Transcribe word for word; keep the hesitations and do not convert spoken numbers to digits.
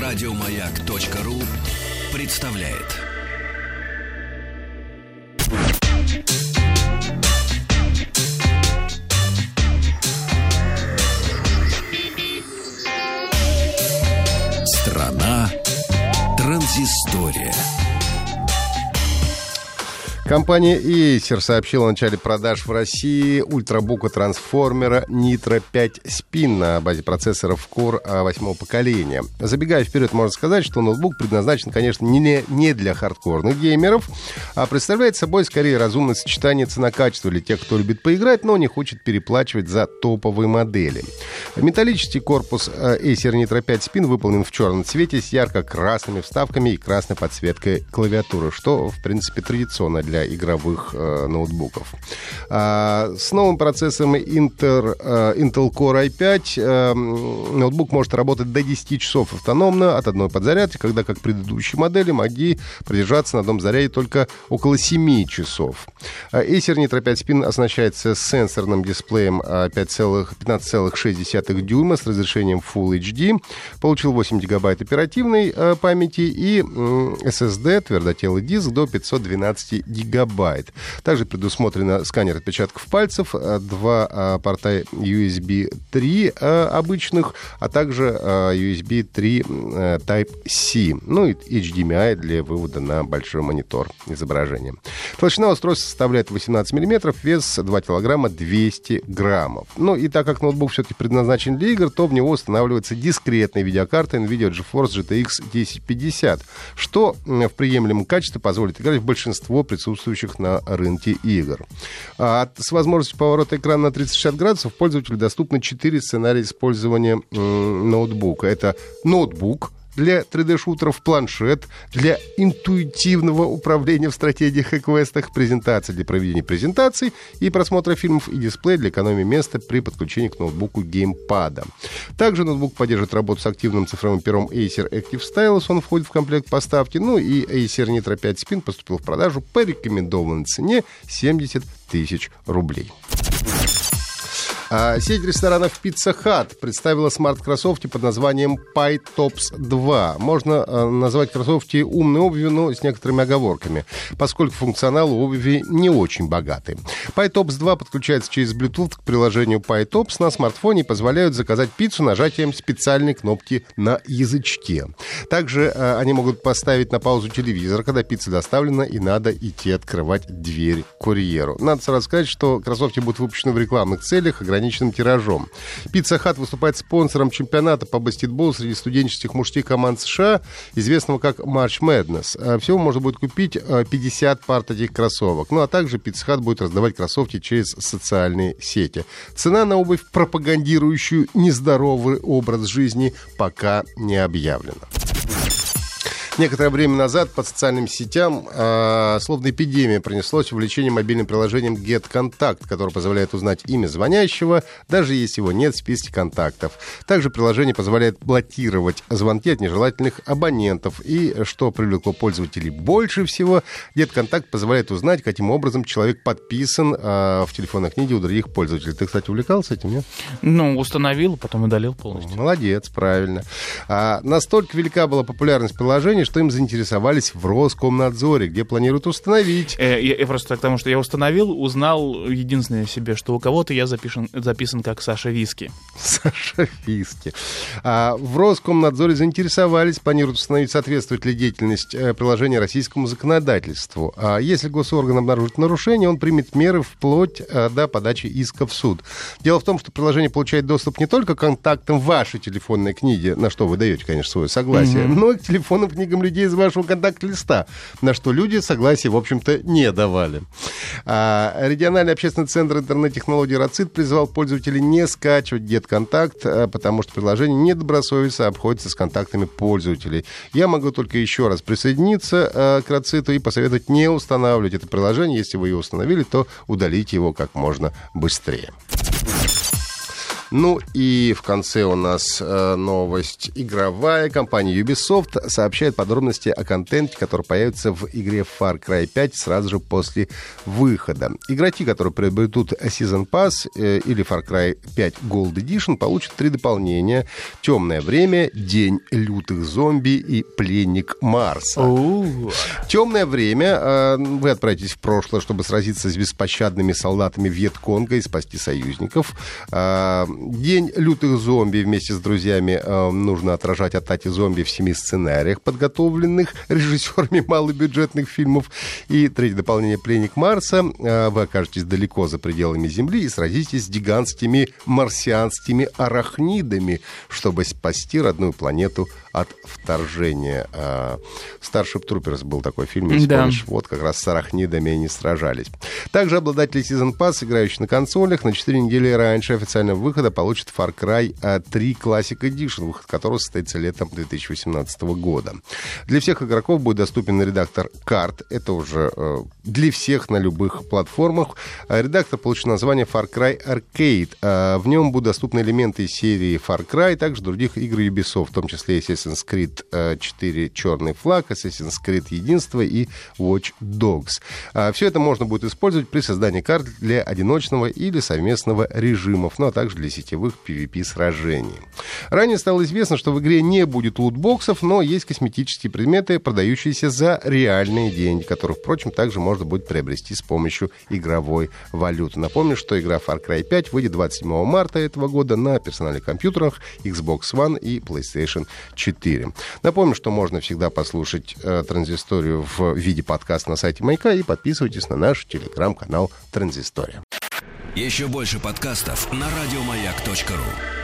Радиомаяк.ру представляет. Страна транзистория. Компания Acer сообщила о начале продаж в России ультрабука трансформера Nitro пять спин на базе процессоров Core восьмого поколения. Забегая вперед, можно сказать, что ноутбук предназначен, конечно, не, не для хардкорных геймеров, а представляет собой скорее разумное сочетание цена-качество для тех, кто любит поиграть, но не хочет переплачивать за топовые модели. Металлический корпус Acer Nitro пять спин выполнен в черном цвете с ярко-красными вставками и красной подсветкой клавиатуры, что, в принципе, традиционно для игровых э, ноутбуков. А, с новым процессором Intel, э, Intel Core ай пять э, ноутбук может работать до десяти часов автономно от одной подзарядки, когда, как предыдущие модели, могли продержаться на одном заряде только около семи часов. Acer Nitro пять спин оснащается сенсорным дисплеем пятнадцать целых шесть десятых дюйма с разрешением Full эйч ди, получил восемь гигабайт оперативной э, памяти и э, эс эс ди, твердотелый диск, до пятьсот двенадцать гигабайт. Также предусмотрено сканер отпечатков пальцев, два а, порта ю эс би три а, обычных, а также а, ю эс би три а, Type-C, ну и эйч ди эм ай для вывода на большой монитор изображения. Толщина устройства составляет восемнадцать миллиметров, вес два килограмма двести граммов. Ну и так как ноутбук все-таки предназначен для игр, то в него устанавливается дискретная видеокарта NVIDIA GeForce джи ти экс десять пятьдесят, что в приемлемом качестве позволит играть в большинство присутствующих на рынке игр. А с возможностью поворота экрана на триста шестьдесят градусов пользователю доступны четыре сценария использования м- ноутбука. Это ноутбук для три дэ-шутеров, планшет для интуитивного управления в стратегиях и квестах, презентация для проведения презентаций и просмотра фильмов и дисплей для экономии места при подключении к ноутбуку геймпада. Также ноутбук поддерживает работу с активным цифровым пером Acer Active Stylus, он входит в комплект поставки. Ну и Acer Nitro пять спин поступил в продажу по рекомендованной цене семьдесят тысяч рублей. А сеть ресторанов Pizza Hut представила смарт-кроссовки под названием PyTops два. Можно а, назвать кроссовки умной обувью, но с некоторыми оговорками, поскольку функционал у обуви не очень богатый. PyTops два подключается через Bluetooth к приложению PyTops на смартфоне и позволяют заказать пиццу нажатием специальной кнопки на язычке. Также а, они могут поставить на паузу телевизор, когда пицца доставлена и надо идти открывать дверь курьеру. Надо сразу сказать, что кроссовки будут выпущены в рекламных целях, ограниченным тиражом. Pizza Hut выступает спонсором чемпионата по баскетболу среди студенческих мужских команд США, известного как March Madness. Всего можно будет купить пятьдесят пар таких кроссовок. Ну а также Pizza Hut будет раздавать кроссовки через социальные сети. Цена на обувь, пропагандирующую нездоровый образ жизни, пока не объявлена. Некоторое время назад по социальным сетям э, словно эпидемия пронеслось увлечение мобильным приложением GetContact, которое позволяет узнать имя звонящего, даже если его нет в списке контактов. Также приложение позволяет блокировать звонки от нежелательных абонентов. И, что привлекло пользователей больше всего, GetContact позволяет узнать, каким образом человек подписан э, в телефонной книге у других пользователей. Ты, кстати, увлекался этим, нет? Ну, установил, потом удалил полностью. Молодец, правильно. А, настолько велика была популярность приложения, что им заинтересовались в Роскомнадзоре, где планируют установить. Э, я, я просто к тому, что я установил, узнал единственное себе, что у кого-то я запишен, записан как Саша Виски. Саша Виски. А, в Роскомнадзоре заинтересовались, планируют установить, соответствует ли деятельность э, приложения российскому законодательству. А если госорган обнаружит нарушение, он примет меры вплоть э, до подачи иска в суд. Дело в том, что приложение получает доступ не только к контактам вашей телефонной книги, на что вы даете, конечно, свое согласие, mm-hmm. но и к телефонным книгам людей из вашего контакт-листа, на что люди согласия, в общем-то, не давали. А, региональный общественный центр интернет-технологий РАЦИТ призвал пользователей не скачивать GetContact, а, потому что приложение недобросовестно обходится с контактами пользователей. Я могу только еще раз присоединиться а, к РАЦИТу и посоветовать не устанавливать это приложение. Если вы его установили, то удалите его как можно быстрее. Ну и в конце у нас э, новость игровая. Компания Ubisoft сообщает подробности о контенте, который появится в игре Far Cry пять сразу же после выхода. Игроки, которые приобретут Season Pass э, или Far Cry пять Gold Edition, получат три дополнения: «Темное время», «День лютых зомби» и «Пленник Марса». У-у-у. «Темное время» э, вы отправитесь в прошлое, чтобы сразиться с беспощадными солдатами Вьетконга и спасти союзников. Э, «День лютых зомби» вместе с друзьями э, нужно отражать атаки зомби в семи сценариях, подготовленных режиссерами малобюджетных фильмов. И третье дополнение «Пленник Марса». Э, вы окажетесь далеко за пределами Земли и сразитесь с гигантскими марсианскими арахнидами, чтобы спасти родную планету от вторжения. Starship Troopers был такой фильм, если да. помнишь, вот как раз с арахнидами они сражались. Также обладатели Season Pass, играющие на консолях, на четыре недели раньше официального выхода получат Far Cry три Classic Edition, выход которого состоится летом две тысячи восемнадцатого года. Для всех игроков будет доступен редактор карт. Это уже э, для всех на любых платформах. Редактор получит название Far Cry Arcade. Э, в нем будут доступны элементы из серии Far Cry, также других игр Ubisoft, в том числе Assassin's Creed четыре Черный флаг, Assassin's Creed Единство и Watch Dogs. Э, все это можно будет использовать при создании карт для одиночного или совместного режимов, ну а также для сетевых пи ви пи-сражений. Ранее стало известно, что в игре не будет лутбоксов, но есть косметические предметы, продающиеся за реальные деньги, которых, впрочем, также можно будет приобрести с помощью игровой валюты. Напомню, что игра Far Cry пять выйдет двадцать седьмого марта этого года на персональных компьютерах Xbox One и PlayStation четыре. Напомню, что можно всегда послушать э, Транзисторию в виде подкаста на сайте Маяка, и подписывайтесь на наш телеграм-канал Транзистория. Еще больше подкастов на радиомаяк точка ру.